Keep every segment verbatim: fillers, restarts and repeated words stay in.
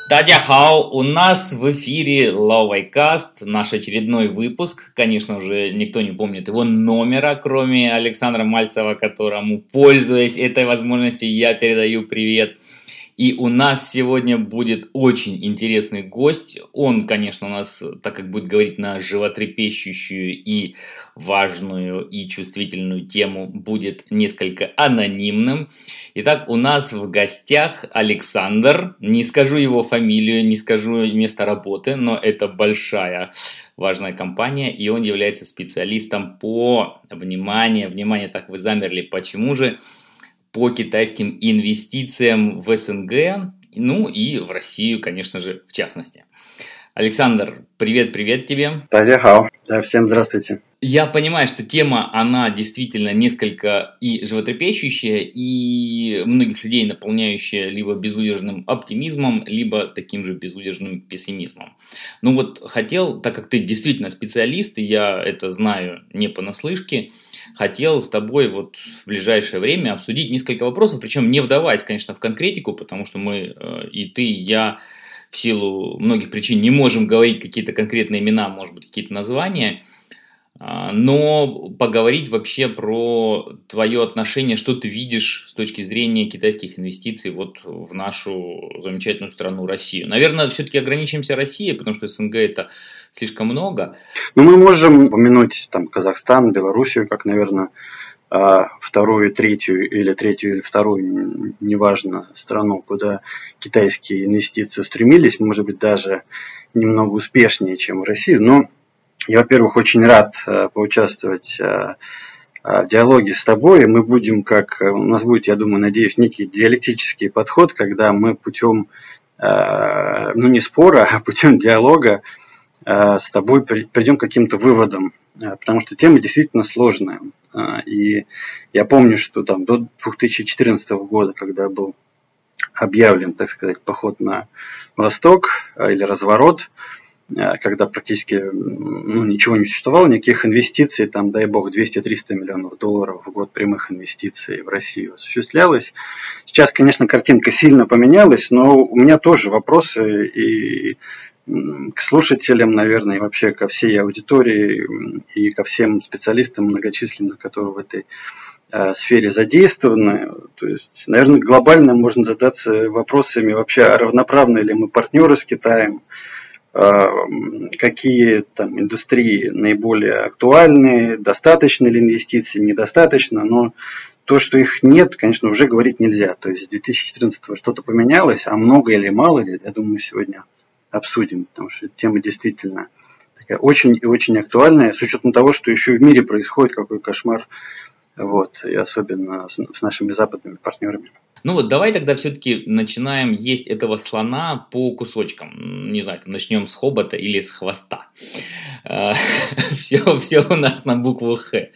Дадяхао, у нас в эфире Лаовайкаст, наш очередной выпуск. Конечно, уже никто не помнит его номера, кроме Александра Мальцева, которому, пользуясь этой возможностью, я передаю привет. И у нас сегодня будет очень интересный гость. Он, конечно, у нас, так как будет говорить на животрепещущую и важную и чувствительную тему, будет несколько анонимным. Итак, у нас в гостях Александр. Не скажу его фамилию, не скажу место работы, но это большая важная компания, и он является специалистом по, внимание, внимание, так вы замерли, почему же, по китайским инвестициям в СНГ, ну и в Россию, конечно же, в частности. Александр, привет-привет тебе. Дадяхао. Да, всем здравствуйте. Я понимаю, что тема, она действительно несколько и животрепещущая, и многих людей наполняющая либо безудержным оптимизмом, либо таким же безудержным пессимизмом. Ну вот хотел, так как ты действительно специалист, и я это знаю не понаслышке, хотел с тобой вот в ближайшее время обсудить несколько вопросов, причем не вдаваясь, конечно, в конкретику, потому что мы, и ты, и я, в силу многих причин не можем говорить какие-то конкретные имена, может быть, какие-то названия, но поговорить вообще про твое отношение, что ты видишь с точки зрения китайских инвестиций вот в нашу замечательную страну Россию. Наверное, все-таки ограничимся Россией, потому что СНГ это слишком много. Ну, мы можем упомянуть там Казахстан, Белоруссию, как, наверное, вторую, третью или третью или вторую, неважно, страну, куда китайские инвестиции устремились, может быть, даже немного успешнее, чем в Россию. Но я, во-первых, очень рад поучаствовать в диалоге с тобой. Мы будем, как у нас будет, я думаю, надеюсь, некий диалектический подход, когда мы путем, ну не спора, а путем диалога с тобой придем к каким-то выводам, потому что тема действительно сложная. И я помню, что там до две тысячи четырнадцатого года, когда был объявлен, так сказать, поход на восток или разворот, когда практически ну, ничего не существовало, никаких инвестиций, там, дай бог, двести-триста миллионов долларов в год прямых инвестиций в Россию осуществлялось. Сейчас, конечно, картинка сильно поменялась, но у меня тоже вопросы и к слушателям, наверное, и вообще ко всей аудитории и ко всем специалистам многочисленным, которые в этой э, сфере задействованы. То есть, наверное, глобально можно задаться вопросами вообще, а равноправны ли мы партнеры с Китаем, какие там индустрии наиболее актуальны, достаточно ли инвестиций, недостаточно, но то, что их нет, конечно, уже говорить нельзя. То есть с две тысячи четырнадцатого что-то поменялось, а много или мало ли, я думаю, сегодня обсудим, потому что тема действительно такая очень и очень актуальная, с учетом того, что еще в мире происходит какой кошмар, вот, и особенно с, с нашими западными партнерами. Ну вот давай тогда все-таки начинаем есть этого слона по кусочкам. Не знаю, начнем с хобота или с хвоста. Все, все у нас на букву Х.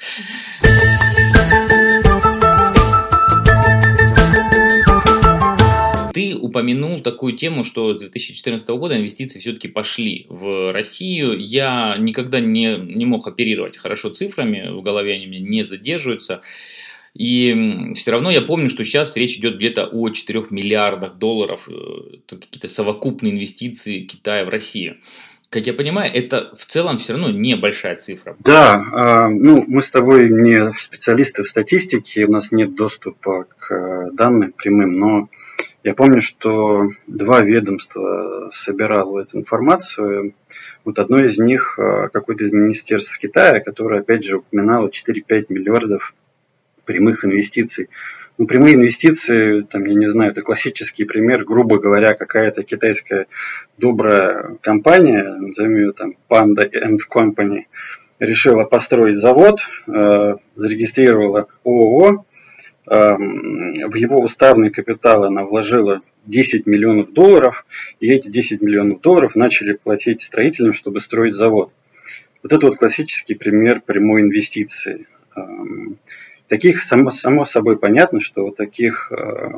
Ты упомянул такую тему, что с две тысячи четырнадцатого года инвестиции все-таки пошли в Россию. Я никогда не, не мог оперировать хорошо цифрами, в голове они у меня не задерживаются. И все равно я помню, что сейчас речь идет где-то о четырёх миллиардах долларов, какие-то совокупные инвестиции Китая в Россию. Как я понимаю, это в целом все равно небольшая цифра. Да, ну мы с тобой не специалисты в статистике, у нас нет доступа к данным прямым, но я помню, что два ведомства собирало эту информацию. Вот одно из них, какое-то из министерств Китая, которое опять же упоминало четыре-пять миллиардов прямых инвестиций. Ну, прямые инвестиции, там, я не знаю, это классический пример, грубо говоря, какая-то китайская добрая компания, назовем ее там Panda and Company, решила построить завод, э, зарегистрировала ООО, э, в его уставный капитал она вложила десять миллионов долларов, и эти десять миллионов долларов начали платить строителям, чтобы строить завод. Вот это вот классический пример прямой инвестиции. Таких, само, само собой понятно, что вот таких э,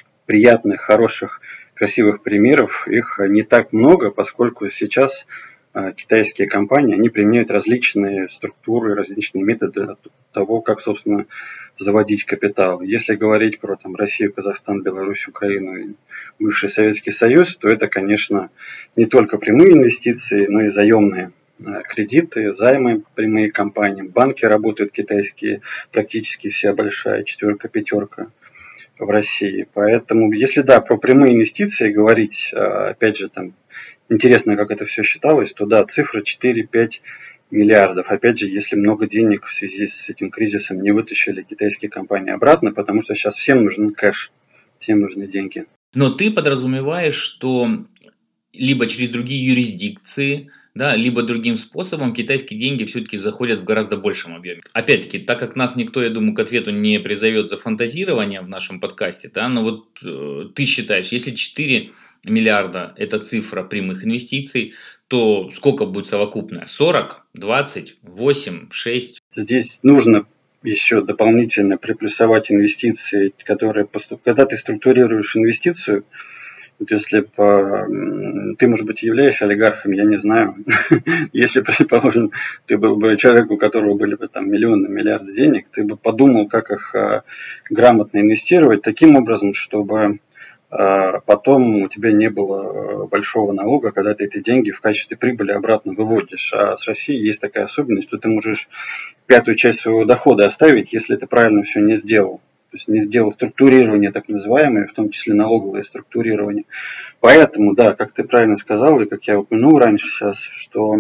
приятных, хороших, красивых примеров, их не так много, поскольку сейчас китайские компании, они применяют различные структуры, различные методы того, как, собственно, заводить капитал. Если говорить про там, Россию, Казахстан, Беларусь, Украину и бывший Советский Союз, то это, конечно, не только прямые инвестиции, но и заемные кредиты, займы прямые компании. Банки работают китайские, практически вся большая четверка, пятерка в России. Поэтому, если да, про прямые инвестиции говорить, опять же, там интересно, как это все считалось, то да, цифра четыре-пять миллиардов. Опять же, если много денег в связи с этим кризисом не вытащили китайские компании обратно, потому что сейчас всем нужен кэш, всем нужны деньги. Но ты подразумеваешь, что либо через другие юрисдикции, да, либо другим способом китайские деньги все-таки заходят в гораздо большем объеме. Опять-таки, так как нас никто, я думаю, к ответу не призовет за фантазирование в нашем подкасте, да, но вот э, ты считаешь, если четыре миллиарда это цифра прямых инвестиций, то сколько будет совокупная? сорок, двадцать, восемь, шесть? Здесь нужно еще дополнительно приплюсовать инвестиции, которые поступают. Когда ты структурируешь инвестицию, вот если по, ты, может быть, являешься олигархом, я не знаю. Если, предположим, ты был бы человек, у которого были бы там миллионы, миллиарды денег, ты бы подумал, как их а, грамотно инвестировать таким образом, чтобы а, потом у тебя не было большого налога, когда ты эти деньги в качестве прибыли обратно выводишь. А с Россией есть такая особенность, что ты можешь пятую часть своего дохода оставить, если ты правильно все не сделал. То есть не сделал структурирование так называемое, в том числе налоговое структурирование. Поэтому, да, как ты правильно сказал, и как я упомянул раньше сейчас, что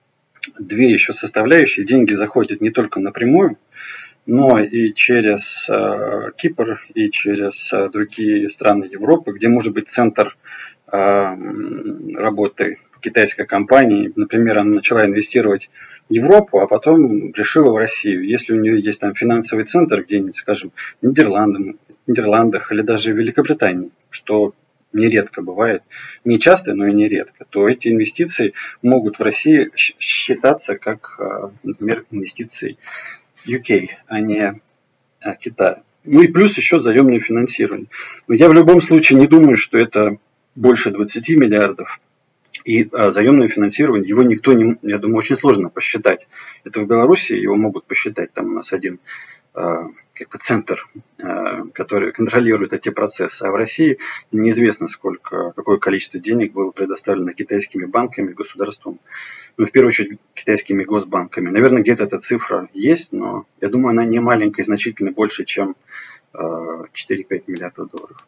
две еще составляющие, деньги заходят не только напрямую, но и через э, Кипр, и через э, другие страны Европы, где может быть центр э, работы китайской компании. Например, она начала инвестировать в Европу, а потом решила в Россию. Если у нее есть там финансовый центр где-нибудь, скажем, в Нидерландах, Нидерландах или даже в Великобритании, что нередко бывает, не часто, но и нередко, то эти инвестиции могут в России считаться как, например, инвестиции ю кей, а не Китая. Ну и плюс еще заемное финансирование. Но я в любом случае не думаю, что это больше двадцати миллиардов. И а, заемное финансирование, его никто не, я думаю, очень сложно посчитать. Это в Беларуси его могут посчитать, там у нас один а, как бы центр, а, который контролирует эти процессы. А в России неизвестно, сколько, какое количество денег было предоставлено китайскими банками, государством, ну, в первую очередь, китайскими госбанками. Наверное, где-то эта цифра есть, но я думаю, она не маленькая, значительно больше, чем а, четыре-пять миллиардов долларов.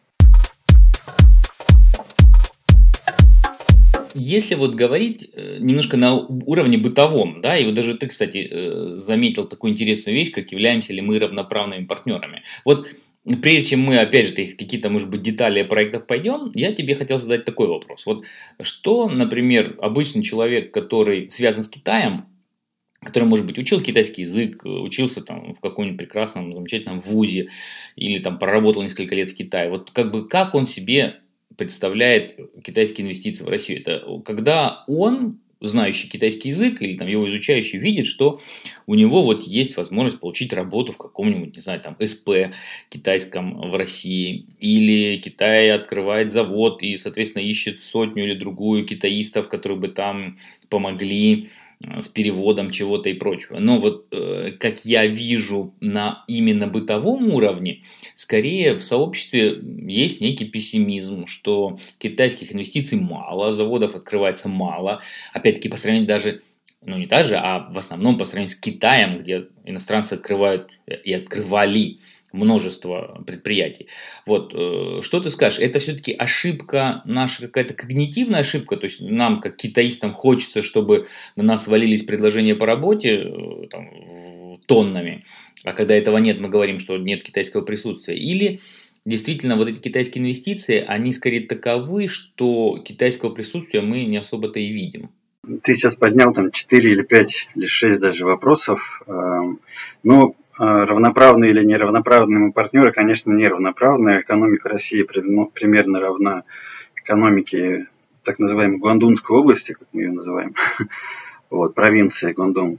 Если вот говорить немножко на уровне бытовом, да, и вот даже ты, кстати, заметил такую интересную вещь, как являемся ли мы равноправными партнерами. Вот прежде чем мы, опять же, какие-то, может быть, детали проектов пойдем, я тебе хотел задать такой вопрос. Вот что, например, обычный человек, который связан с Китаем, который, может быть, учил китайский язык, учился там в каком-нибудь прекрасном, замечательном вузе или там проработал несколько лет в Китае, вот как бы как он себе представляет китайские инвестиции в Россию? Это когда он, знающий китайский язык или там его изучающий, видит, что у него вот есть возможность получить работу в каком-нибудь, не знаю, там эс пэ китайском в России, или Китай открывает завод и, соответственно, ищет сотню или другую китаистов, которые бы там помогли с переводом чего-то и прочего. Но вот э, как я вижу на именно бытовом уровне, скорее в сообществе есть некий пессимизм, что китайских инвестиций мало, заводов открывается мало. Опять-таки по сравнению даже, ну не даже, а в основном по сравнению с Китаем, где иностранцы открывают и открывали множество предприятий. Вот, э, что ты скажешь? Это все-таки ошибка, наша какая-то когнитивная ошибка? То есть нам, как китаистам, хочется, чтобы на нас валились предложения по работе э, там, тоннами, а когда этого нет, мы говорим, что нет китайского присутствия? Или действительно вот эти китайские инвестиции, они скорее таковы, что китайского присутствия мы не особо-то и видим? Ты сейчас поднял там четыре или пять или шесть даже вопросов. Ну, равноправные или неравноправные мы партнеры, конечно, неравноправные. Экономика России примерно равна экономике так называемой Гуандунской области, как мы ее называем, вот, провинция Гуандун.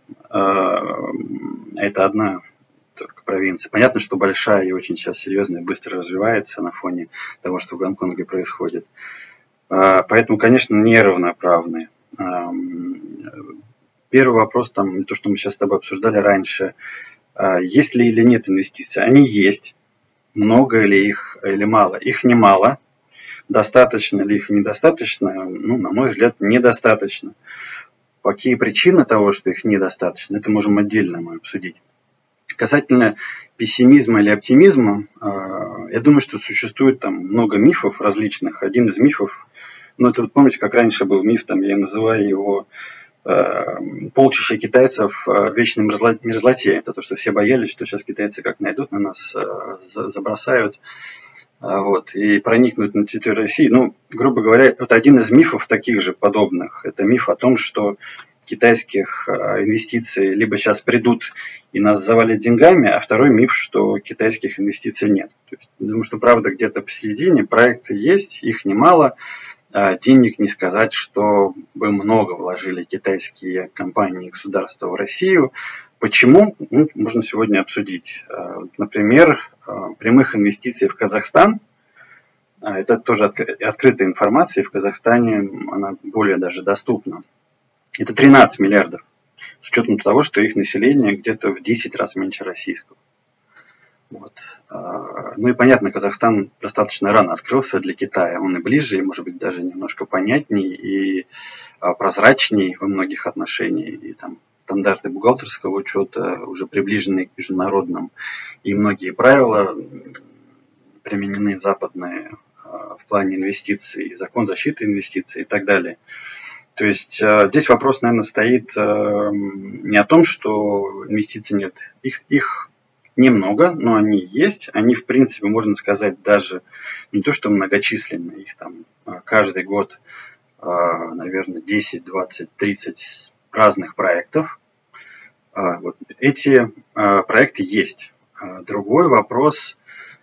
Это одна только провинция. Понятно, что большая и очень сейчас серьезная, быстро развивается на фоне того, что в Гонконге происходит. Поэтому, конечно, неравноправные. Первый вопрос, там, то, что мы сейчас с тобой обсуждали раньше, есть ли или нет инвестиций? Они есть. Много ли их или мало? Их немало. Достаточно ли их недостаточно? Ну, на мой взгляд, недостаточно. Какие причины того, что их недостаточно, это можем отдельно мы обсудить. Касательно пессимизма или оптимизма, я думаю, что существует там много мифов различных. Один из мифов, ну это вот помните, как раньше был миф, там я называю его полчища китайцев в вечной мерзлоте. Это то, что все боялись, что сейчас китайцы как найдут на нас, забросают. Вот, и проникнуть на территорию России. Ну, грубо говоря, вот один из мифов таких же подобных. Это миф о том, что китайских инвестиций либо сейчас придут и нас завалят деньгами, а второй миф, что китайских инвестиций нет. То есть, думаю, что правда где-то посередине. Проекты есть, их немало. Денег не сказать, что бы много вложили китайские компании и государства в Россию. Почему? Ну, можно сегодня обсудить. Например, прямых инвестиций в Казахстан. Это тоже открытая информация, и в Казахстане она более даже доступна. Это тринадцать миллиардов, с учетом того, что их население где-то в десять раз меньше российского. Вот. Ну и понятно, Казахстан достаточно рано открылся для Китая. Он и ближе, и может быть даже немножко понятней и прозрачней во многих отношениях. И там стандарты бухгалтерского учета уже приближены к международным. И многие правила применены западные в плане инвестиций, закон защиты инвестиций и так далее. То есть здесь вопрос, наверное, стоит не о том, что инвестиций нет. Их, их немного, но они есть. Они, в принципе, можно сказать, даже не то, что многочисленные. Их там каждый год, наверное, десять, двадцать, тридцать разных проектов. Вот. Эти проекты есть. Другой вопрос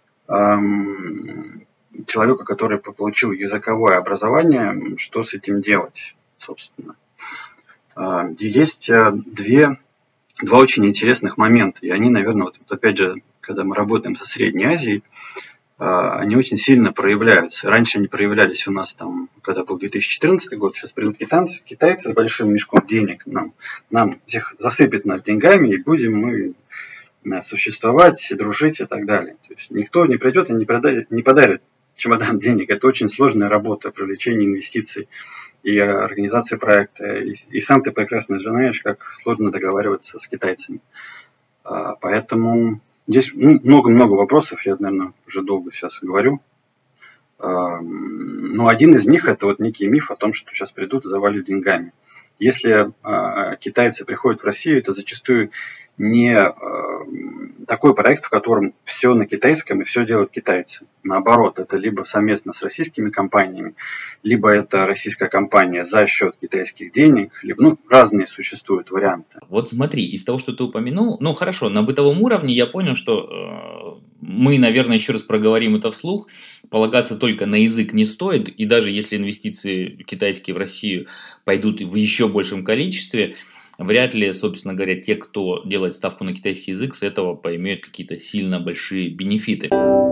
человека, который получил языковое образование, что с этим делать, собственно. Есть две, два очень интересных момента. И они, наверное, вот опять же, когда мы работаем со Средней Азией, они очень сильно проявляются. Раньше они проявлялись у нас там, когда был две тысячи четырнадцатый год, сейчас придут китайцы, китайцы с большим мешком денег, нам, нам всех засыпят нас деньгами, и будем мы существовать, дружить и так далее. То есть никто не придет и не, продарит, не подарит чемодан денег. Это очень сложная работа, привлечение инвестиций и организация проекта. И, и сам ты прекрасно знаешь, как сложно договариваться с китайцами. А, поэтому здесь ну, много-много вопросов, я, наверное, уже долго сейчас говорю. А, но один из них это вот некий миф о том, что сейчас придут и завалят деньгами. Если а, китайцы приходят в Россию, это зачастую не э, такой проект, в котором все на китайском и все делают китайцы. Наоборот, это либо совместно с российскими компаниями, либо это российская компания за счет китайских денег, либо ну, разные существуют варианты. Вот смотри, из того, что ты упомянул, ну хорошо, на бытовом уровне я понял, что э, мы, наверное, еще раз проговорим это вслух, полагаться только на язык не стоит, и даже если инвестиции китайские в Россию пойдут в еще большем количестве, вряд ли, собственно говоря, те, кто делает ставку на китайский язык, с этого поимеют какие-то сильно большие бенефиты.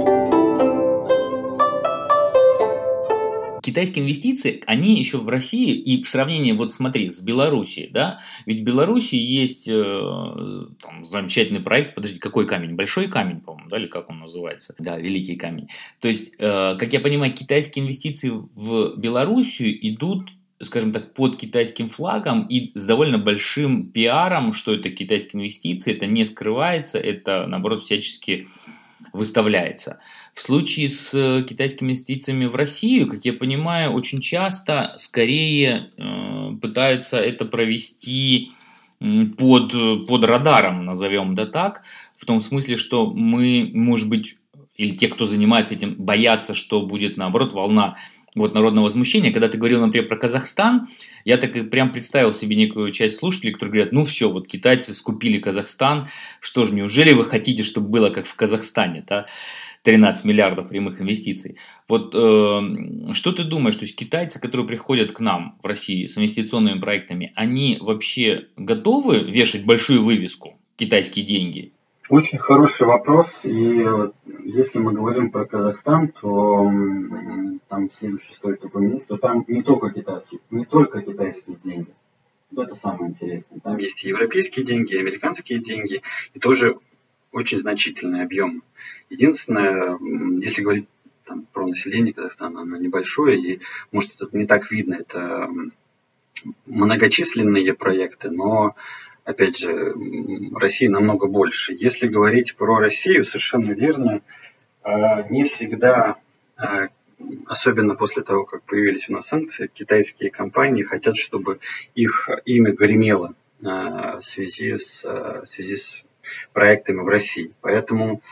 Китайские инвестиции, они еще в России, и в сравнении, вот смотри, с Белоруссией, да, ведь в Беларуси есть э, там, замечательный проект, подожди, какой камень? Большой камень, по-моему, да, или как он называется? Да, Великий камень. То есть, э, как я понимаю, китайские инвестиции в Белоруссию идут, скажем так, под китайским флагом и с довольно большим пиаром, что это китайские инвестиции, это не скрывается, это, наоборот, всячески выставляется. В случае с китайскими инвестициями в Россию, как я понимаю, очень часто скорее э, пытаются это провести под, под радаром, назовем это так, в том смысле, что мы, может быть, или те, кто занимается этим, боятся, что будет, наоборот, волна вот народного возмущения. Когда ты говорил, например, про Казахстан, я так и прям представил себе некую часть слушателей, которые говорят, ну все, вот китайцы скупили Казахстан, что же, неужели вы хотите, чтобы было как в Казахстане, да? тринадцать миллиардов прямых инвестиций. Вот э, что ты думаешь, то есть китайцы, которые приходят к нам в Россию с инвестиционными проектами, они вообще готовы вешать большую вывеску «китайские деньги»? Очень хороший вопрос. И если мы говорим про Казахстан, то там следующее стоит упомянуть, что там не только китайские, не только китайские деньги. Это самое интересное. Там есть и европейские деньги, и американские деньги, и тоже очень значительный объем. Единственное, если говорить там, про население Казахстана, оно небольшое, и может это не так видно, это многочисленные проекты, но опять же, России намного больше. Если говорить про Россию, совершенно верно, не всегда, особенно после того, как появились у нас санкции, китайские компании хотят, чтобы их имя гремело в связи с, в связи с проектами в России. Поэтому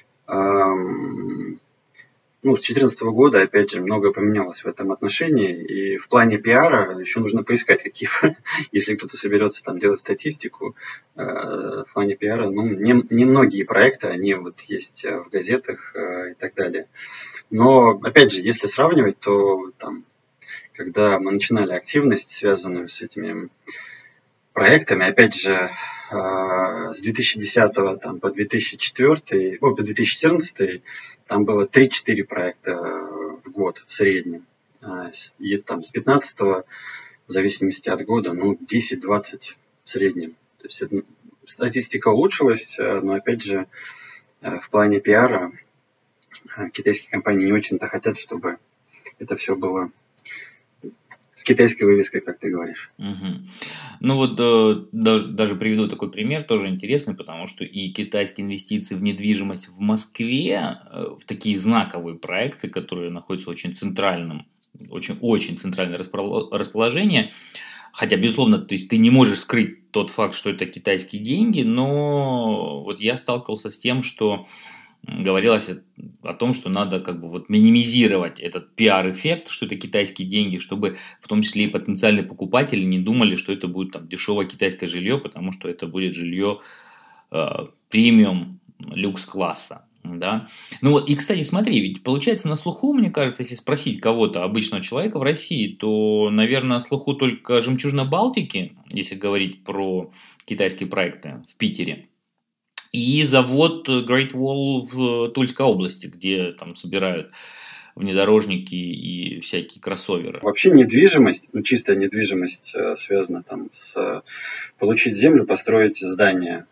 ну, с две тысячи четырнадцатого года, опять же, многое поменялось в этом отношении. И в плане пиара еще нужно поискать, какие, если кто-то соберется там делать статистику, э, в плане пиара, ну, не, не многие проекты, они вот есть в газетах э, и так далее. Но, опять же, если сравнивать, то там, когда мы начинали активность, связанную с этими проектами, опять же, с две тысячи десятого там, по две тысячи четвёртый, о, по две тысячи четырнадцатый там было три-четыре проекта в год в среднем. Есть там с пятнадцатого, в зависимости от года, ну, десять-двадцать в среднем. То есть это, статистика улучшилась, но опять же, в плане пиара китайские компании не очень-то хотят, чтобы это все было с китайской вывеской, как ты говоришь. Угу. Ну вот э, даже, даже приведу такой пример, тоже интересный, потому что и китайские инвестиции в недвижимость в Москве, э, в такие знаковые проекты, которые находятся в очень центральном, очень, очень центральное расположение, хотя, безусловно, то есть ты не можешь скрыть тот факт, что это китайские деньги, но вот я сталкивался с тем, что говорилось о том, что надо как бы вот минимизировать этот пиар-эффект, что это китайские деньги, чтобы в том числе и потенциальные покупатели не думали, что это будет там дешевое китайское жилье, потому что это будет жилье э, премиум люкс-класса. Да? Ну вот, и, кстати, смотри, ведь получается на слуху, мне кажется, если спросить кого-то, обычного человека в России, то, наверное, на слуху только «Жемчужина Балтики», если говорить про китайские проекты в Питере. И завод Great Wall в Тульской области, где там собирают внедорожники и всякие кроссоверы. Вообще недвижимость, ну чистая недвижимость связана там с получить землю, построить здание.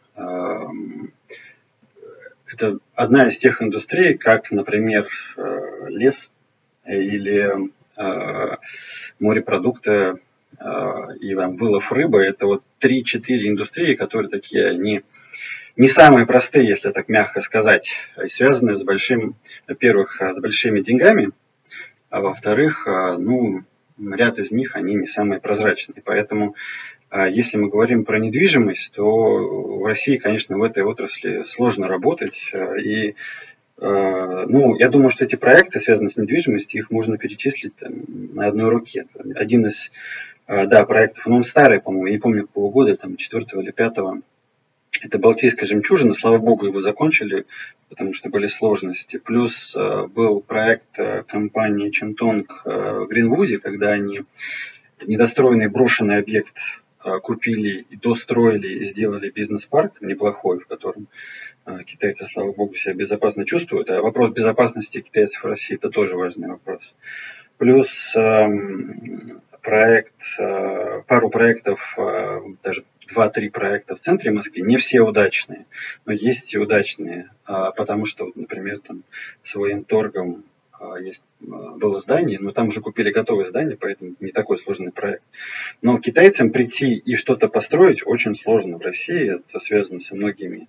Это одна из тех индустрий, как, например, лес или морепродукты и вылов рыбы. Это вот три-четыре индустрии, которые такие, они не самые простые, если так мягко сказать, и связаны с большим, во-первых, с большими деньгами, а во-вторых, ну, ряд из них, они не самые прозрачные. Поэтому, если мы говорим про недвижимость, то в России, конечно, в этой отрасли сложно работать. И, ну, я думаю, что эти проекты, связанные с недвижимостью, их можно перечислить там, на одной руке. Один из, да, проектов, ну, он старый, по-моему, я не помню какого года, там, четвертого или пятого. Это Балтийская жемчужина, слава богу, его закончили, потому что были сложности. Плюс э, был проект э, компании Чинтонг э, в Гринвуде, когда они недостроенный брошенный объект э, купили и достроили, и сделали бизнес-парк неплохой, в котором э, китайцы, слава богу, себя безопасно чувствуют. А вопрос безопасности китайцев в России – это тоже важный вопрос. Плюс э, проект, э, пару проектов, э, даже два-три проекта в центре Москвы, не все удачные, но есть и удачные, потому что, например, там с военторгом есть, было здание, но там уже купили готовое здание, поэтому не такой сложный проект. Но китайцам прийти и что-то построить очень сложно в России, это связано со многими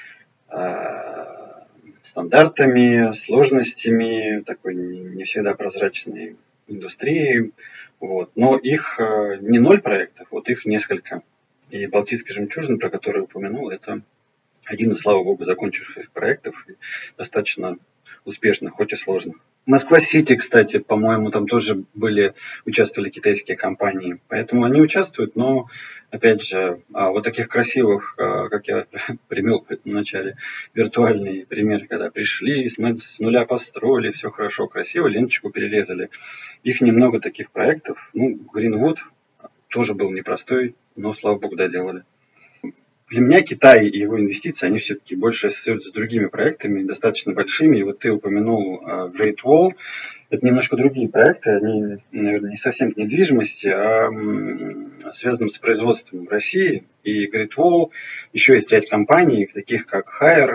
стандартами, сложностями, такой не всегда прозрачной индустрией. Вот. Но их не ноль проектов, вот их несколько. И Балтийская жемчужина, про которую я упомянул, это один из, слава богу, закончивших проектов, достаточно успешных, хоть и сложных. Москва-Сити, кстати, по-моему, там тоже были, участвовали китайские компании. Поэтому они участвуют, но, опять же, вот таких красивых, как я привел в начале, виртуальный пример, когда пришли, с нуля построили, все хорошо, красиво, ленточку перерезали. Их немного таких проектов. Ну, Гринвуд тоже был непростой, но, слава богу, доделали. для меня Китай и его инвестиции, они все-таки больше ассоциируются с другими проектами, достаточно большими. И вот ты упомянул Great Wall. Это немножко другие проекты, они, наверное, не совсем к недвижимости, а связаны с производством в России. И Great Wall, еще есть ряд компаний, таких как Haier,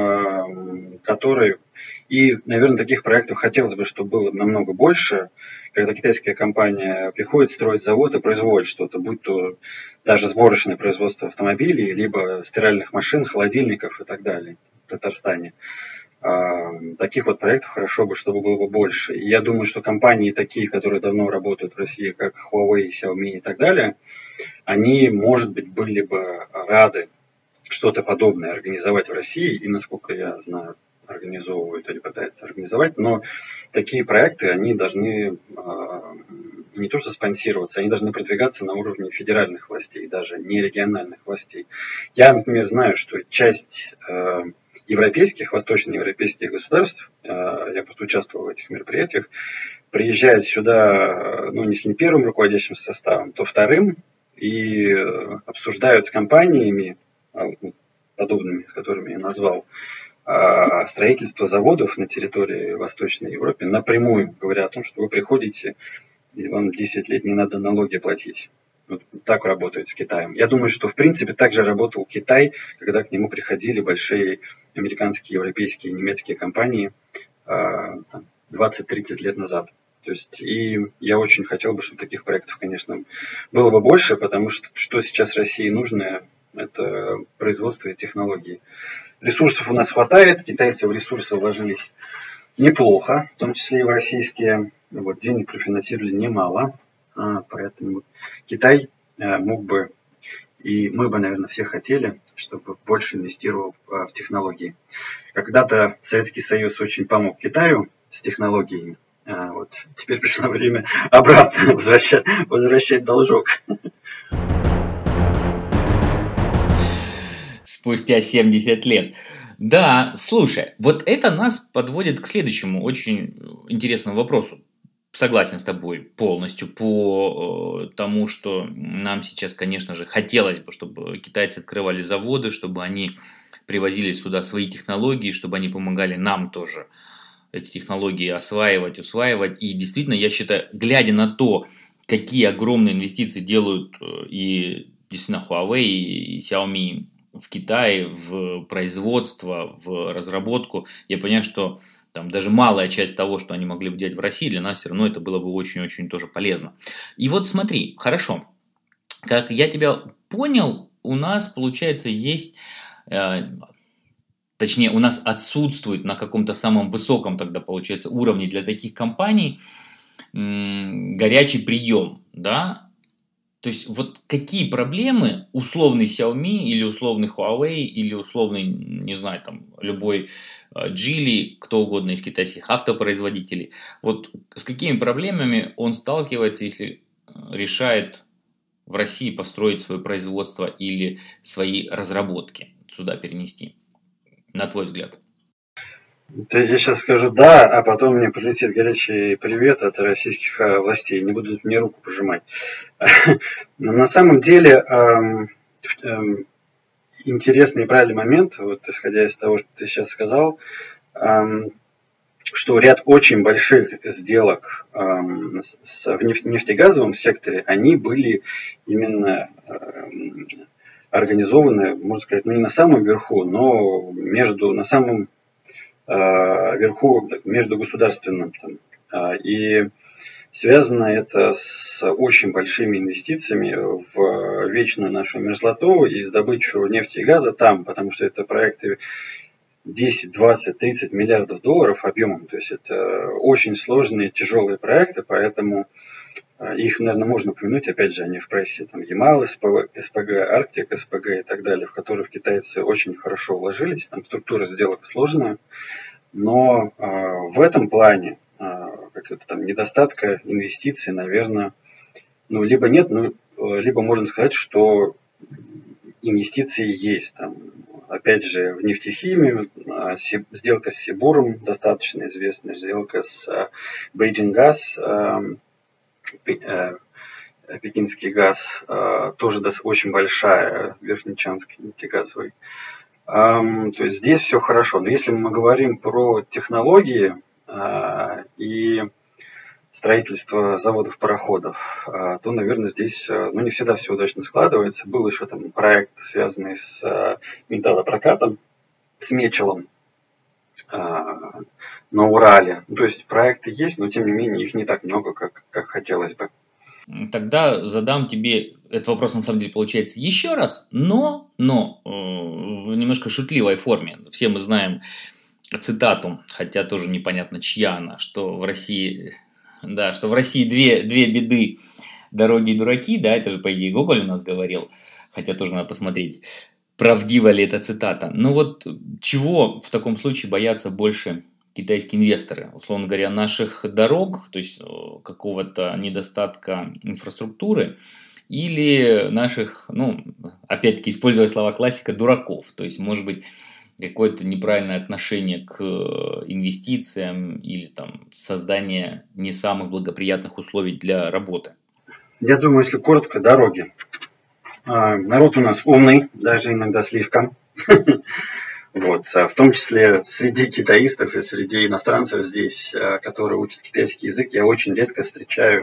которые... И, наверное, таких проектов хотелось бы, чтобы было намного больше, когда китайская компания приходит, строит завод и производит что-то, будь то даже сборочное производство автомобилей, либо стиральных машин, холодильников и так далее в Татарстане. Таких вот проектов хорошо бы, чтобы было бы больше. И я думаю, что компании такие, которые давно работают в России, как Huawei, Xiaomi и так далее, они, может быть, были бы рады что-то подобное организовать в России. И, насколько я знаю, организовывают или пытаются организовать, но такие проекты, они должны э, не то что спонсироваться, они должны продвигаться на уровне федеральных властей, даже не региональных властей. Я, например, знаю, что часть э, европейских, восточноевропейских государств, э, я просто участвовал в этих мероприятиях, приезжают сюда, ну, если не первым руководящим составом, то вторым, и обсуждают с компаниями, подобными, которыми я назвал, строительство заводов на территории Восточной Европы, напрямую говоря о том, что вы приходите, и вам десять лет не надо налоги платить. Вот так работает с Китаем. Я думаю, что в принципе так же работал Китай, когда к нему приходили большие американские, европейские, немецкие компании двадцать-тридцать лет назад. То есть, и я очень хотел бы, чтобы таких проектов, конечно, было бы больше, потому что что сейчас России нужно, это производство и технологии. Ресурсов у нас хватает, китайцы в ресурсы вложились неплохо, в том числе и в российские. Вот, денег профинансировали немало, а, поэтому Китай а, мог бы, и мы бы, наверное, все хотели, чтобы больше инвестировал а, в технологии. Когда-то Советский Союз очень помог Китаю с технологиями, а, вот, теперь пришло время обратно возвращать, возвращать должок. Спустя семьдесят лет. Да, слушай, вот это нас подводит к следующему очень интересному вопросу. Согласен с тобой полностью по э, тому, что нам сейчас, конечно же, хотелось бы, чтобы китайцы открывали заводы, чтобы они привозили сюда свои технологии, чтобы они помогали нам тоже эти технологии осваивать, усваивать. И действительно, я считаю, глядя на то, какие огромные инвестиции делают и действительно Huawei, и Xiaomi в Китае, в производство, в разработку, я понимаю, что там даже малая часть того, что они могли бы делать в России, для нас все равно это было бы очень-очень тоже полезно. И вот смотри, хорошо, как я тебя понял, у нас, получается, есть, э, точнее, у нас отсутствует на каком-то самом высоком тогда, получается, уровне для таких компаний м- горячий прием, да. То есть, вот какие проблемы условный Xiaomi или условный Huawei или условный, не знаю, там, любой Geely, кто угодно из китайских автопроизводителей, вот с какими проблемами он сталкивается, если решает в России построить свое производство или свои разработки сюда перенести, на твой взгляд? Я сейчас скажу «да», а потом мне прилетит горячий привет от российских властей, не будут мне руку пожимать. Но на самом деле эм, эм, интересный и правильный момент, вот исходя из того, что ты сейчас сказал, эм, что ряд очень больших сделок эм, с, в нефтегазовом секторе, они были именно эм, организованы, можно сказать, ну не на самом верху, но между, на самом вверху между государственным. Там. И связано это с очень большими инвестициями в вечную нашу мерзлоту и с добычу нефти и газа там, потому что это проекты десять, двадцать, тридцать миллиардов долларов объемом. То есть это очень сложные, тяжелые проекты, поэтому их, наверное, можно упомянуть, опять же, они в прессе, там, Ямал, СПГ, Арктик, СПГ и так далее, в которых китайцы очень хорошо вложились, там структура сделок сложная, но э, в этом плане э, как-то там недостатка инвестиций, наверное, ну, либо нет, ну, либо можно сказать, что инвестиции есть, там, опять же, в нефтехимию, э, сделка с Сибуром достаточно известная, сделка с э, Beijing Gas, э, Пекинский газ, тоже очень большая, Верхнечанский нефтегазовый. То есть здесь все хорошо. Но если мы говорим про технологии и строительство заводов-пароходов, то, наверное, здесь ну, не всегда все удачно складывается. Был еще там проект, связанный с металлопрокатом, с Мечелом на Урале. Ну, то есть проекты есть, но тем не менее их не так много, как, как хотелось бы. Тогда задам тебе этот вопрос, на самом деле, получается еще раз, но, но э, в немножко шутливой форме. Все мы знаем цитату, хотя тоже непонятно, чья она, что в России, да, что в России две, две беды: дороги и дураки, да, это же, по идее, Гоголь у нас говорил, хотя тоже надо посмотреть, правдива ли эта цитата. Ну вот чего в таком случае боятся больше китайские инвесторы? Условно говоря, наших дорог, то есть какого-то недостатка инфраструктуры, или наших, ну, опять-таки, используя слова классика, дураков. То есть, может быть, какое-то неправильное отношение к инвестициям или там создание не самых благоприятных условий для работы. Я думаю, если коротко, дороги. Народ у нас умный, даже иногда слишком. Вот, в том числе среди китаистов и среди иностранцев здесь, которые учат китайский язык, я очень редко встречаю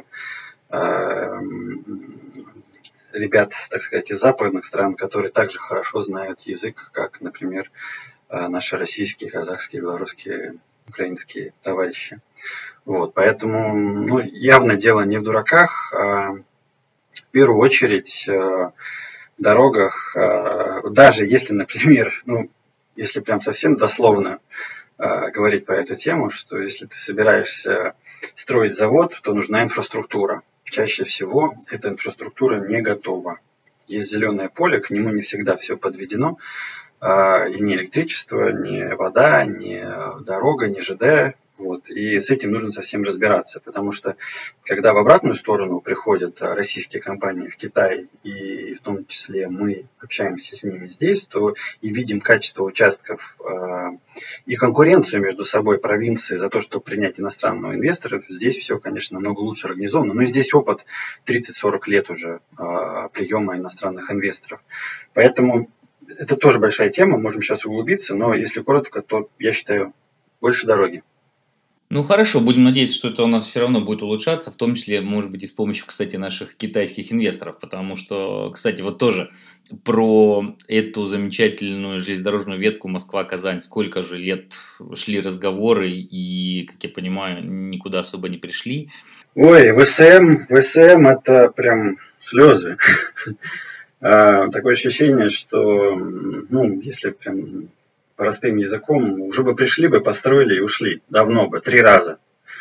ребят, так сказать, из западных стран, которые также хорошо знают язык, как, например, наши российские, казахские, белорусские, украинские товарищи. Вот, поэтому ну, явно дело не в дураках, а в первую очередь в дорогах, даже если, например, ну, если прям совсем дословно э, говорить про эту тему, что если ты собираешься строить завод, то нужна инфраструктура. Чаще всего эта инфраструктура не готова. Есть зеленое поле, к нему не всегда все подведено. Э, и ни электричество, ни вода, ни дорога, ни ЖД. Вот. И с этим нужно совсем разбираться, потому что когда в обратную сторону приходят российские компании в Китай, и в том числе мы общаемся с ними здесь, то и видим качество участков э, и конкуренцию между собой провинции за то, чтобы принять иностранного инвестора, здесь все, конечно, намного лучше организовано. Но здесь опыт тридцать-сорок лет уже э, приема иностранных инвесторов. Поэтому это тоже большая тема, можем сейчас углубиться, но если коротко, то я считаю, больше дороги. Ну хорошо, будем надеяться, что это у нас все равно будет улучшаться, в том числе, может быть, и с помощью, кстати, наших китайских инвесторов, потому что, кстати, вот тоже про эту замечательную железнодорожную ветку Москва-Казань, сколько же лет шли разговоры и, как я понимаю, никуда особо не пришли. Ой, ВСМ, ВСМ это прям слезы. Такое ощущение, что, ну, если прям простым языком, уже бы пришли бы, построили и ушли. Давно бы, три раза.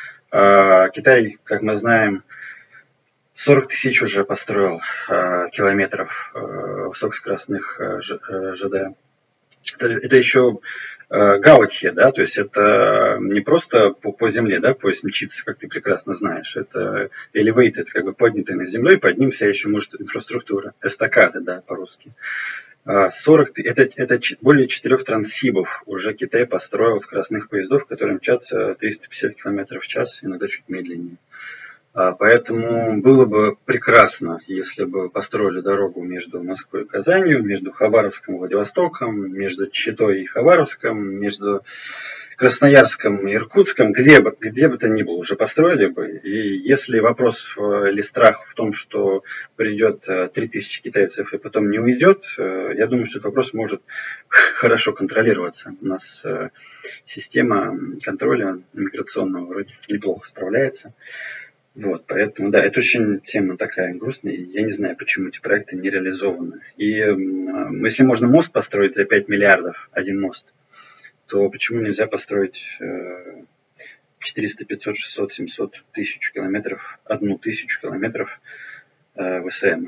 Китай, как мы знаем, сорок тысяч уже построил километров высокоскоростных ЖД. Это, это еще Гаотхе, да, то есть это не просто по, по земле, да, поезд мчится, как ты прекрасно знаешь. Это elevated, как бы поднятый над землей, под ним вся еще может инфраструктура. Эстакады, да, по-русски. сорок, это, это более четырех трансибов уже Китай построил скоростных поездов, которые мчатся триста пятьдесят километров в час, иногда чуть медленнее. Поэтому было бы прекрасно, если бы построили дорогу между Москвой и Казанью, между Хабаровском и Владивостоком, между Читой и Хабаровском, между Красноярском и Иркутском, где бы, где бы то ни было, уже построили бы. И если вопрос или страх в том, что придет три тысячи китайцев и потом не уйдет, я думаю, что этот вопрос может хорошо контролироваться. У нас система контроля миграционного вроде неплохо справляется. Вот, поэтому, да, это очень тема такая грустная. Я не знаю, почему эти проекты не реализованы. И если можно мост построить за пять миллиардов, один мост, то почему нельзя построить четыреста, пятьсот, шестьсот, семьсот тысяч километров, одну тысячу километров ВСМ?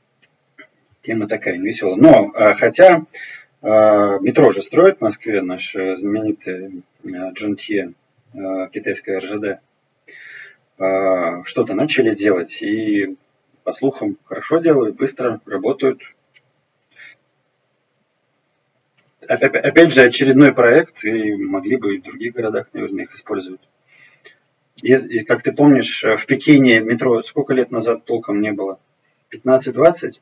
Тема такая невеселая. Но, хотя метро же строят в Москве, наш знаменитый Джунтье, китайская РЖД, что-то начали делать, и, по слухам, хорошо делают, быстро работают. Опять же, очередной проект, и могли бы и в других городах, наверное, их использовать. И, и как ты помнишь, в Пекине метро сколько лет назад толком не было? пятнадцать-двадцать?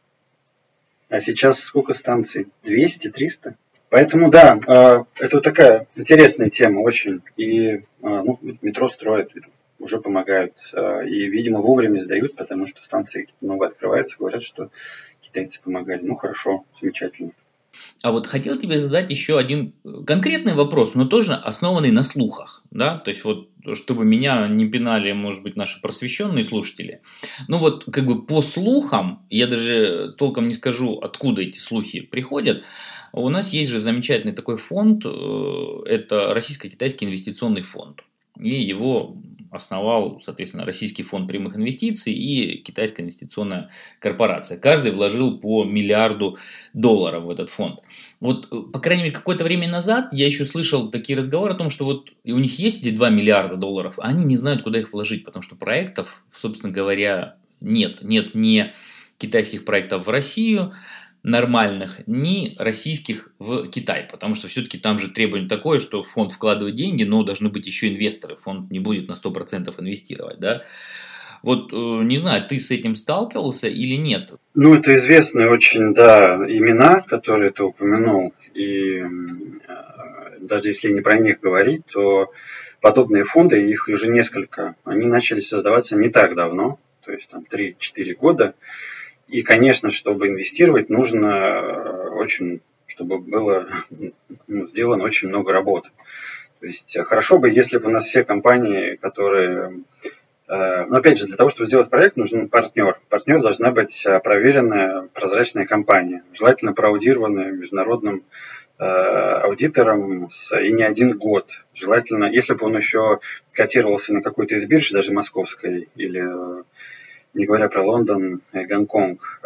А сейчас сколько станций? двести-триста? Поэтому да, это такая интересная тема очень. И ну, метро строят, уже помогают. И, видимо, вовремя сдают, потому что станции новые открываются, говорят, что китайцы помогали. Ну хорошо, замечательно. А вот хотел тебе задать еще один конкретный вопрос, но тоже основанный на слухах, да, то есть вот, чтобы меня не пинали, может быть, наши просвещенные слушатели. Ну вот, как бы по слухам, я даже толком не скажу, откуда эти слухи приходят, у нас есть же замечательный такой фонд, это Российско-Китайский инвестиционный фонд, и его основал, соответственно, Российский фонд прямых инвестиций и Китайская инвестиционная корпорация. Каждый вложил по миллиарду долларов в этот фонд. Вот, по крайней мере, какое-то время назад я еще слышал такие разговоры о том, что вот у них есть эти два миллиарда долларов, а они не знают, куда их вложить, потому что проектов, собственно говоря, нет. Нет ни китайских проектов в Россию, нормальных, ни российских в Китай, потому что все-таки там же требование такое, что фонд вкладывает деньги, но должны быть еще инвесторы, фонд не будет на сто процентов инвестировать, да. Вот, не знаю, ты с этим сталкивался или нет? Ну, это известные очень, да, имена, которые ты упомянул, и даже если не про них говорить, то подобные фонды, их уже несколько, они начали создаваться не так давно, то есть там три-четыре года. И, конечно, чтобы инвестировать, нужно очень, чтобы было ну, сделано очень много работы. То есть хорошо бы, если бы у нас все компании, которые... Э, но опять же, для того, чтобы сделать проект, нужен партнер. Партнер должна быть проверенная, прозрачная компания, желательно проаудированная международным э, аудитором с, и не один год. Желательно, если бы он еще котировался на какой-то из бирж, даже московской или... не говоря про Лондон и Гонконг,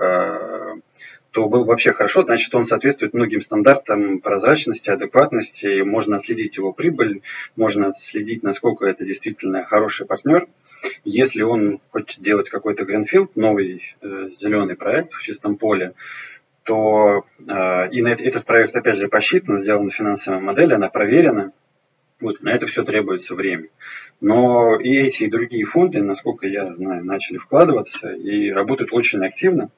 то было бы вообще хорошо, значит, он соответствует многим стандартам прозрачности, адекватности, и можно отследить его прибыль, можно отследить, насколько это действительно хороший партнер. Если он хочет делать какой-то гринфилд, новый э, зеленый проект в чистом поле, то э, и на этот проект, опять же, посчитан, сделана финансовая модель, она проверена. Вот, на это все требуется время. Но и эти, и другие фонды, насколько я знаю, начали вкладываться и работают очень активно.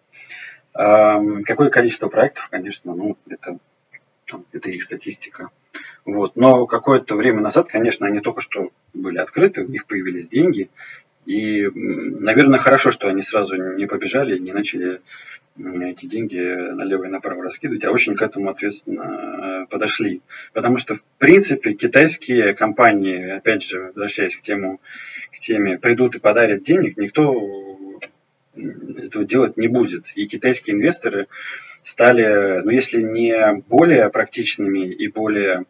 Какое количество проектов, конечно, ну, это, это их статистика. Вот. Но какое-то время назад, конечно, они только что были открыты, у них появились деньги. И, наверное, хорошо, что они сразу не побежали, не начали эти деньги налево и направо раскидывать, а очень к этому ответственно подошли. Потому что, в принципе, китайские компании, опять же, возвращаясь к, тему, к теме, придут и подарят денег, никто этого делать не будет. И китайские инвесторы стали, ну, если не более практичными и более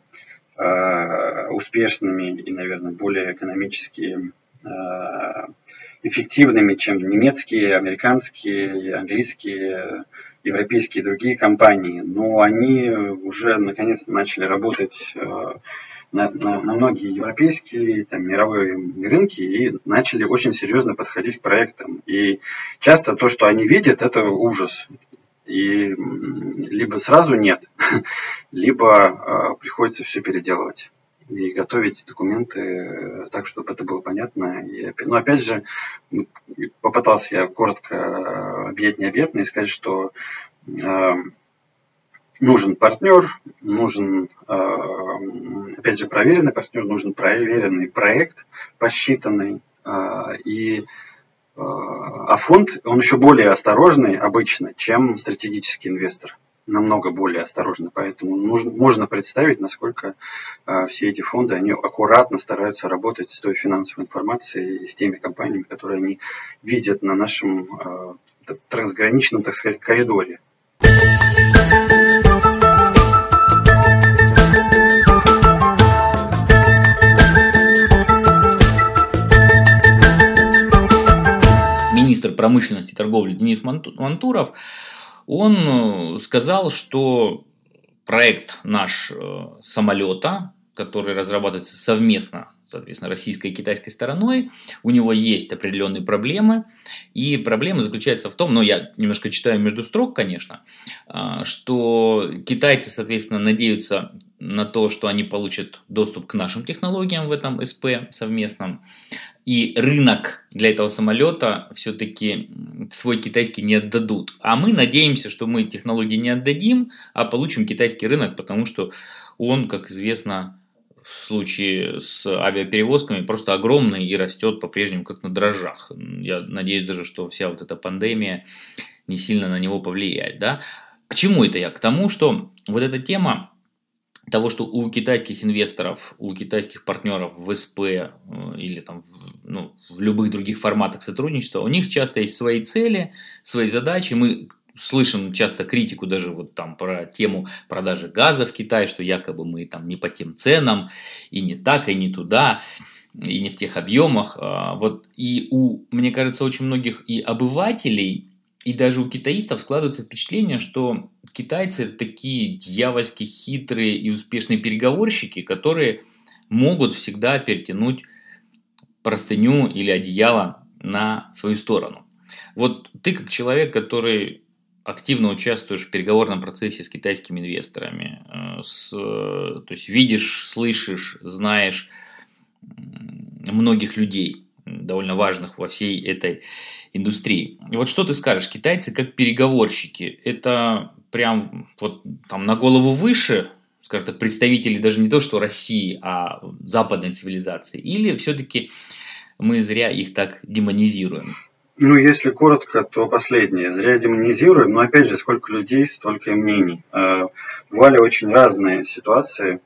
э, успешными, и, наверное, более экономически э, эффективными, чем немецкие, американские, английские, европейские и другие компании. Но они уже наконец-то начали работать э, на, на, на многие европейские, там, мировые рынки и начали очень серьезно подходить к проектам. И часто то, что они видят, это ужас. И либо сразу нет, либо э, приходится все переделывать и готовить документы так, чтобы это было понятно. И, но опять же, попытался я коротко объять необъятное и сказать, что э, нужен партнер, нужен, э, опять же, проверенный партнер, нужен проверенный проект, посчитанный. Э, и, э, а фонд, он еще более осторожный обычно, чем стратегический инвестор. Намного более осторожно, поэтому нужно, можно представить, насколько э, все эти фонды, они аккуратно стараются работать с той финансовой информацией и с теми компаниями, которые они видят на нашем э, трансграничном, так сказать, коридоре. Министр промышленности и торговли Денис Мантуров, он сказал, что проект наш самолета, который разрабатывается совместно, соответственно, российской и китайской стороной, у него есть определенные проблемы. И проблема заключается в том, ну, я немножко читаю между строк, конечно, что китайцы, соответственно, надеются на то, что они получат доступ к нашим технологиям в этом СП совместном. И рынок для этого самолета все-таки свой китайский не отдадут. А мы надеемся, что мы технологии не отдадим, а получим китайский рынок, потому что он, как известно, в случае с авиаперевозками просто огромный и растет по-прежнему как на дрожжах. Я надеюсь даже, что вся вот эта пандемия не сильно на него повлияет. Да? К чему это я? К тому, что вот эта тема того, что у китайских инвесторов, у китайских партнеров в СП или там, ну, в любых других форматах сотрудничества, у них часто есть свои цели, свои задачи. Мы слышим часто критику даже вот там про тему продажи газа в Китай, что якобы мы там не по тем ценам, и не так, и не туда, и не в тех объемах. Вот. И у, мне кажется, очень многих и обывателей, и даже у китаистов складывается впечатление, что китайцы такие дьявольски хитрые и успешные переговорщики, которые могут всегда перетянуть простыню или одеяло на свою сторону. Вот ты как человек, который активно участвуешь в переговорном процессе с китайскими инвесторами, с, то есть видишь, слышишь, знаешь многих людей, довольно важных во всей этой индустрии. И вот что ты скажешь, китайцы как переговорщики, это прям вот там на голову выше, скажем так, представители даже не то что России, а западной цивилизации, или все-таки мы зря их так демонизируем? Ну, если коротко, то последнее. Зря демонизируем, но опять же, сколько людей, столько и мнений. Бывали очень разные ситуации.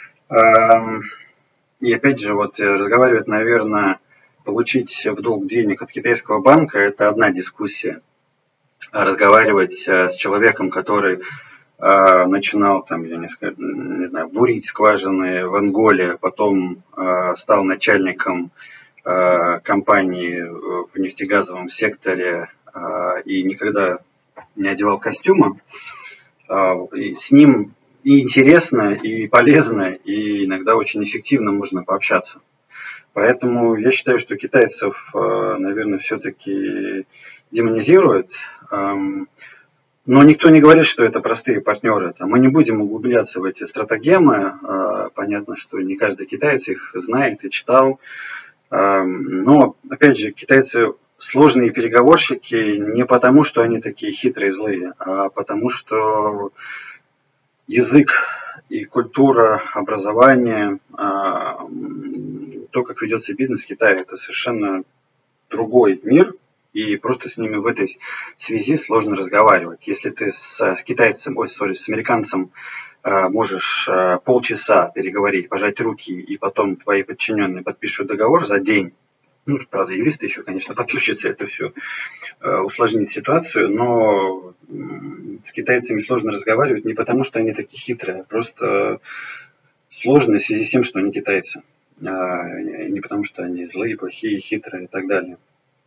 И опять же, вот разговаривать, наверное, получить в долг денег от китайского банка – это одна дискуссия. А разговаривать с человеком, который э, начинал там, я не, не знаю, бурить скважины в Анголе, потом э, стал начальником э, компании в нефтегазовом секторе э, и никогда не одевал костюма, э, и с ним и интересно, и полезно, и иногда очень эффективно можно пообщаться. Поэтому я считаю, что китайцев, наверное, все-таки демонизируют. Но никто не говорит, что это простые партнеры. Мы не будем углубляться в эти стратагемы. Понятно, что не каждый китаец их знает и читал. Но, опять же, китайцы сложные переговорщики не потому, что они такие хитрые и злые, а потому что язык и культура, образование, то, как ведется бизнес в Китае, это совершенно другой мир, и просто с ними в этой связи сложно разговаривать. Если ты с китайцем, ой, сори, с американцем можешь полчаса переговорить, пожать руки, и потом твои подчиненные подпишут договор за день, ну, правда, юристы еще, конечно, подключатся, это все усложнит ситуацию, но с китайцами сложно разговаривать не потому, что они такие хитрые, а просто сложно в связи с тем, что они китайцы. Не потому, что они злые, плохие, хитрые и так далее.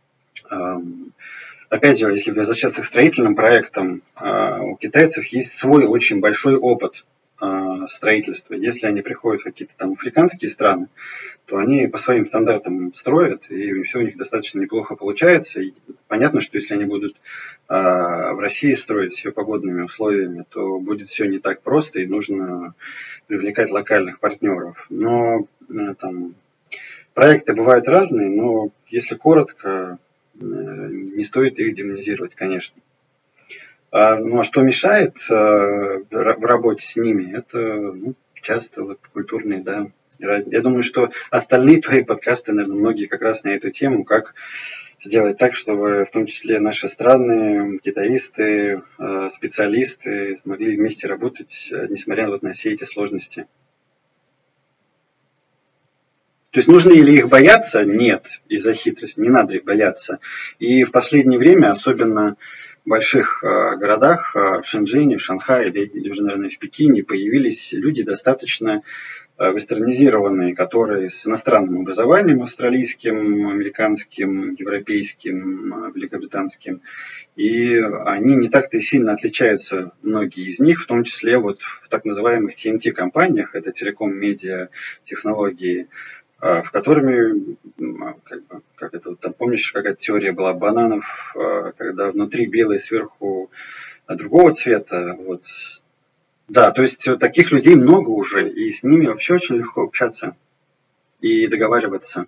Опять же, если возвращаться к строительным проектам, у китайцев есть свой очень большой опыт строительства. Если они приходят в какие-то там африканские страны, то они по своим стандартам строят, и все у них достаточно неплохо получается. И понятно, что если они будут в России строить с ее погодными условиями, то будет все не так просто, и нужно привлекать локальных партнеров. Но там проекты бывают разные, но если коротко, не стоит их демонизировать, конечно. Ну а что мешает в работе с ними, это ну, часто вот культурные, да. Я думаю, что остальные твои подкасты, наверное, многие как раз на эту тему, как сделать так, чтобы в том числе наши страны, китаисты, специалисты смогли вместе работать, несмотря вот на все эти сложности. То есть нужно ли их бояться? Нет, из-за хитрости. Не надо их бояться. И в последнее время, особенно в больших э, городах, э, в Шэньчжэне, в Шанхае, или уже, наверное, в Пекине, появились люди достаточно э, вестернизированные, которые с иностранным образованием, австралийским, американским, европейским, э, великобританским. И они не так-то и сильно отличаются, многие из них, в том числе вот в так называемых ти эн ти-компаниях, это телеком-медиа технологии, в которыми, как, бы, как это, там, помнишь, какая теория была бананов, когда внутри белый, сверху другого цвета, вот, Да, то есть таких людей много уже, и с ними вообще очень легко общаться и договариваться.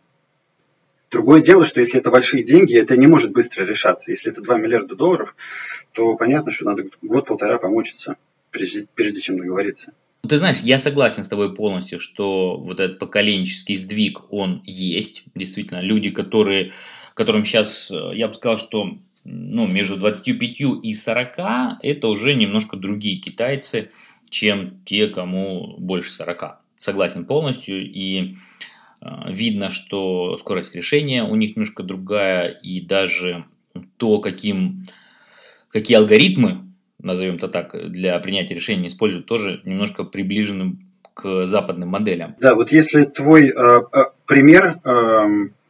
Другое дело, что если это большие деньги, это не может быстро решаться. Если это два миллиарда долларов, то понятно, что надо год-полтора помучиться, прежде, прежде чем договориться. Ты знаешь, я согласен с тобой полностью, что вот этот поколенческий сдвиг, он есть. Действительно, люди, которые, которым сейчас, я бы сказал, что ну, между двадцатью пятью и сорока, это уже немножко другие китайцы, чем те, кому больше сорока. Согласен полностью. И э, видно, что скорость решения у них немножко другая. И даже то, каким, какие алгоритмы, назовем это так, для принятия решений используют, тоже немножко приближены к западным моделям. Да, вот если твой э, э, пример э,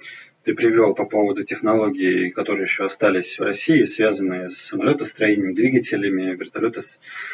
ты привел по поводу технологий, которые еще остались в России, связанные с самолетостроением, двигателями, вертолеты,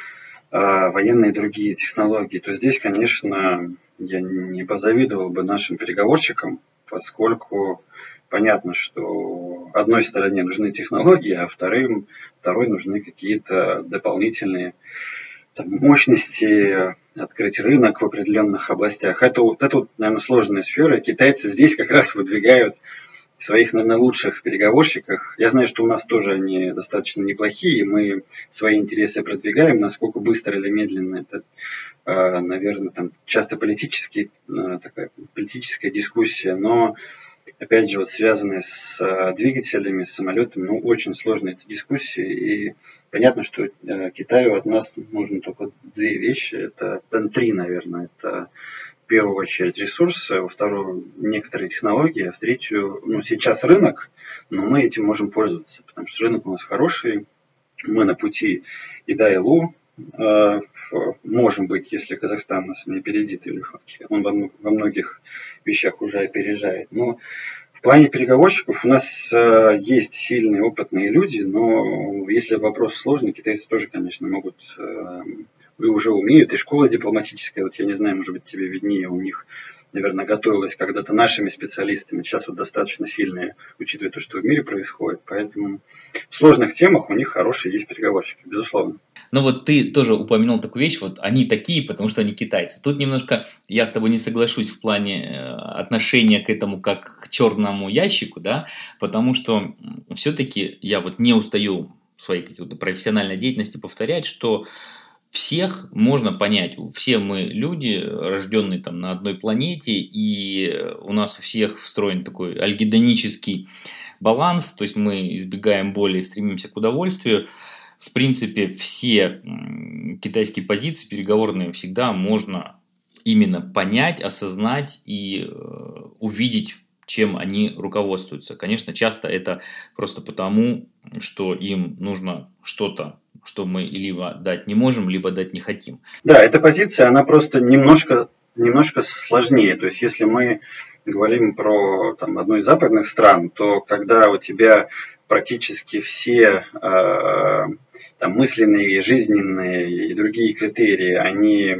э, военные и другие технологии, то здесь, конечно, я не позавидовал бы нашим переговорщикам, поскольку понятно, что одной стороне нужны технологии, а вторым, второй нужны какие-то дополнительные там, мощности, открыть рынок в определенных областях. Это, это, наверное, сложная сфера. Китайцы здесь как раз выдвигают своих, наверное, лучших переговорщиков. Я знаю, что у нас тоже они достаточно неплохие, мы свои интересы продвигаем, насколько быстро или медленно это, наверное, там часто политический, такая политическая дискуссия, но опять же, вот связанные с э, двигателями, с самолетами, ну, очень сложные эти дискуссии. И понятно, что э, Китаю от нас нужно только две вещи. Это, это три, наверное. Это в первую очередь ресурсы, во вторую некоторые технологии, а в третью, ну, сейчас рынок, но мы этим можем пользоваться, потому что рынок у нас хороший, мы на пути и да, и лу. Э, можем быть, если Казахстан нас не опередит, или он во, во многих вещах уже опережает. Но в плане переговорщиков у нас э, есть сильные, опытные люди, но если вопрос сложный, китайцы тоже, конечно, могут э, и уже умеют. И школа дипломатическая, вот я не знаю, может быть, тебе виднее, у них, наверное, готовилась когда-то нашими специалистами. Сейчас вот достаточно сильные, учитывая то, что в мире происходит. Поэтому в сложных темах у них хорошие есть переговорщики, безусловно. Ну вот ты тоже упомянул такую вещь, вот они такие, потому что они китайцы. Тут немножко я с тобой не соглашусь в плане отношения к этому как к черному ящику, да, потому что все-таки я вот не устаю в своей какой-то профессиональной деятельности повторять, что всех можно понять. Все мы люди, рожденные там на одной планете, и у нас у всех встроен такой альгедонический баланс, то есть мы избегаем боли и стремимся к удовольствию. В принципе, все китайские позиции переговорные всегда можно именно понять, осознать и увидеть, чем они руководствуются. Конечно, часто это просто потому, что им нужно что-то, что мы либо дать не можем, либо дать не хотим. Да, эта позиция, она просто немножко, немножко сложнее. То есть, если мы говорим про там, одну из западных стран, то когда у тебя практически все э, там, мысленные, жизненные и другие критерии, они,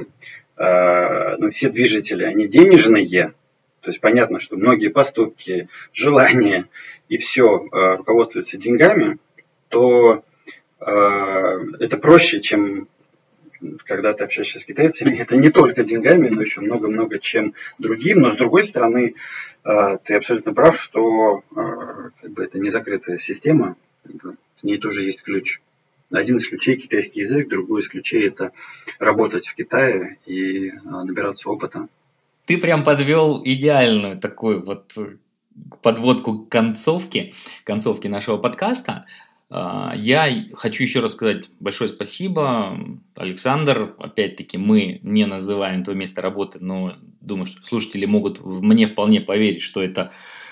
э, ну, все движители, они денежные. То есть понятно, что многие поступки, желания и все э, руководствуются деньгами, то э, это проще, чем когда ты общаешься с китайцами. Это не только деньгами, но еще много-много чем другим. Но с другой стороны, э, ты абсолютно прав, что э, как бы это не закрытая система, в ней тоже есть ключ. Один из ключей китайский язык, другой из ключей это работать в Китае и э, набираться опыта. Ты прям подвел идеальную такую вот подводку к концовке, концовке нашего подкаста. Я хочу еще раз сказать большое спасибо, Александр. Опять-таки, мы не называем твое место работы, но думаю, что слушатели могут мне вполне поверить, что это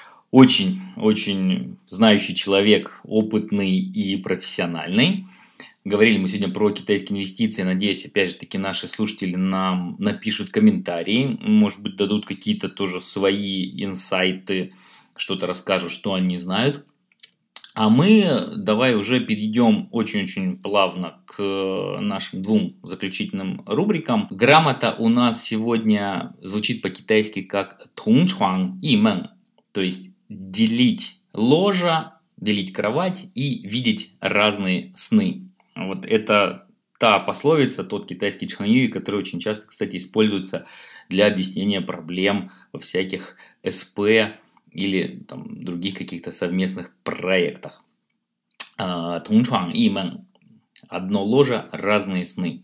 очень-очень знающий человек, опытный и профессиональный. Говорили мы сегодня про китайские инвестиции. Надеюсь, опять же таки, наши слушатели нам напишут комментарии. Может быть, дадут какие-то тоже свои инсайты, что-то расскажут, что они знают. А мы давай уже перейдем очень-очень плавно к нашим двум заключительным рубрикам. Грамота у нас сегодня звучит по-китайски как «тунчуан и мэн», то есть делить ложа, делить кровать и видеть разные сны. Вот это та пословица, тот китайский чханьюй, который очень часто, кстати, используется для объяснения проблем во всяких эс пэ или там, других каких-то совместных проектах. Тунчуан имен. Одно ложе, разные сны.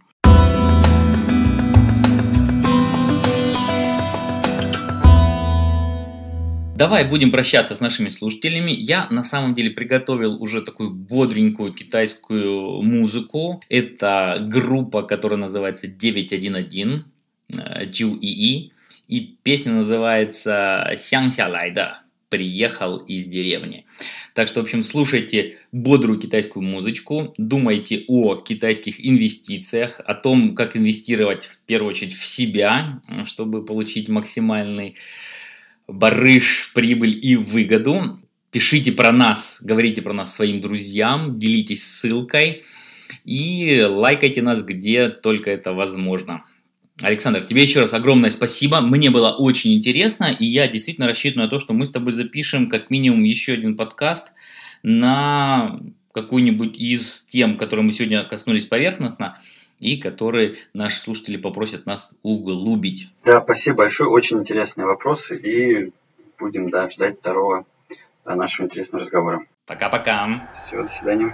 Давай будем прощаться с нашими слушателями. Я на самом деле приготовил уже такую бодренькую китайскую музыку. Это группа, которая называется девять один один, Jiu И И. И песня называется «Сян ся лай да», «Приехал из деревни». Так что, в общем, слушайте бодрую китайскую музычку, думайте о китайских инвестициях, о том, как инвестировать в первую очередь в себя, чтобы получить максимальный барыш, прибыль и выгоду. Пишите про нас, говорите про нас своим друзьям, делитесь ссылкой и лайкайте нас, где только это возможно. Александр, тебе еще раз огромное спасибо. Мне было очень интересно, и я действительно рассчитываю на то, что мы с тобой запишем как минимум еще один подкаст на какую-нибудь из тем, которые мы сегодня коснулись поверхностно, и которые наши слушатели попросят нас углубить. Да, спасибо большое. Очень интересные вопросы. И будем, да, ждать второго нашего интересного разговора. Пока-пока. Все, до свидания.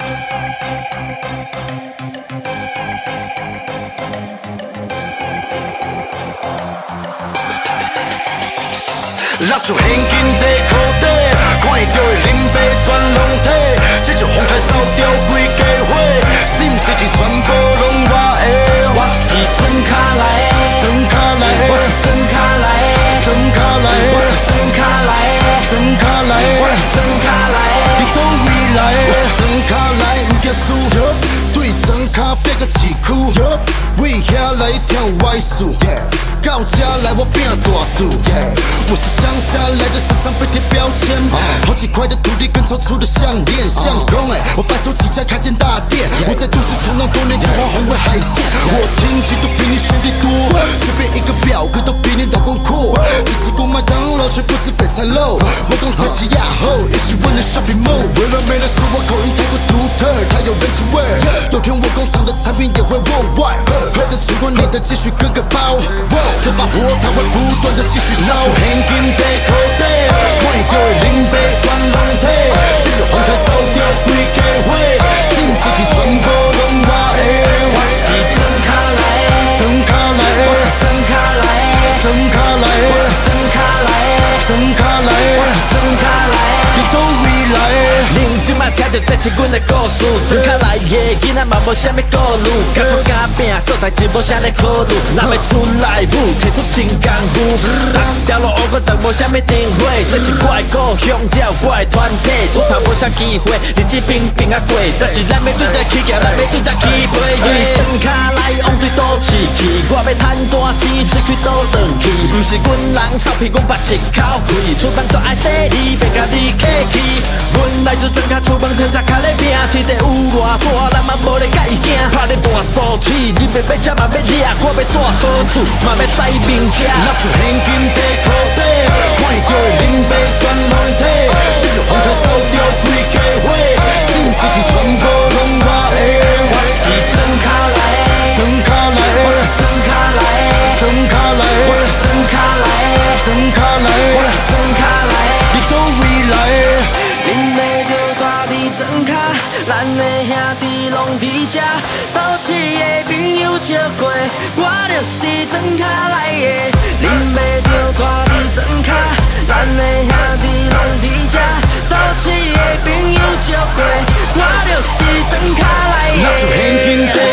拿出现金在裤底，看会到的林北全拢体，这是风台扫掉规家伙，是毋是是全部拢我的？我是真卡来的，真卡来的，我是真卡来的，真卡来的，我是真卡来的，真卡来的，我是真卡来的，你倒位来的？我是真卡来，唔结束，对真卡变个市区，为遐来跳歪数。到家来我变大度，我是乡下来的，身上被贴标签，好几块的土地跟超粗的项链，相公哎，我白手起家开间大店，我在都市闯荡多年，才华红为海鲜，我亲戚都比你兄弟多，随便一个表哥都比你老公阔，只吃过麦当劳却不吃北菜肉，我讲菜市亚后，一起问的 shopping mall， 为了没人说我口音太过独特，太有人情味，有天我工厂的产品也会 worldwide， 喝着烛光里的继续割个包。这把火它会不断的继续烧，拿出现金在口袋，看会到的林北全拢体，这是风台扫掉规家伙，是毋是是全部拢我的？我是真卡来的，真卡来的，我是真卡来的，真卡来的，我是真卡来的，真卡来的，我是真卡来的，你倒位来的？恁即马听着这是阮的故事，真卡来的囡仔嘛无啥物顾虑，敢做敢拼，做代志无啥咧考虑，若要出来舞。提出真功夫，逐条路乌个长无啥物灯火，这是我的故乡，才有我的团体。出头无啥机会，日子平平啊过，但是咱要对在起行，咱要对在起飞。对转脚来往对倒市去，我要趁大钱，随去倒转去。不是阮人臭屁，阮捌一口气，出门就爱洗你，别甲你客气。阮来自庄脚出门，天才脚咧拼，天地有偌大，咱嘛无咧甲伊惊。拍咧大赌气，你要买车嘛要掠，我要住好厝，嘛要使名车。拿出现金在裤底，看会到的林北全拢体，这是风台扫掉规家伙，是毋是是全部拢我的？我是真卡来的，真卡来的，我是真卡来的，真卡来的，我是真卡来的，真卡来的，我是真卡来的，你倒位来的？恁要着大伫真卡，咱的兄弟拢伫遮，斗市的朋友招过，我就是真卡来的。恁要着大伫真卡，咱的兄弟拢伫遮，斗市的朋友招过，我就是真卡来的。拿出现金。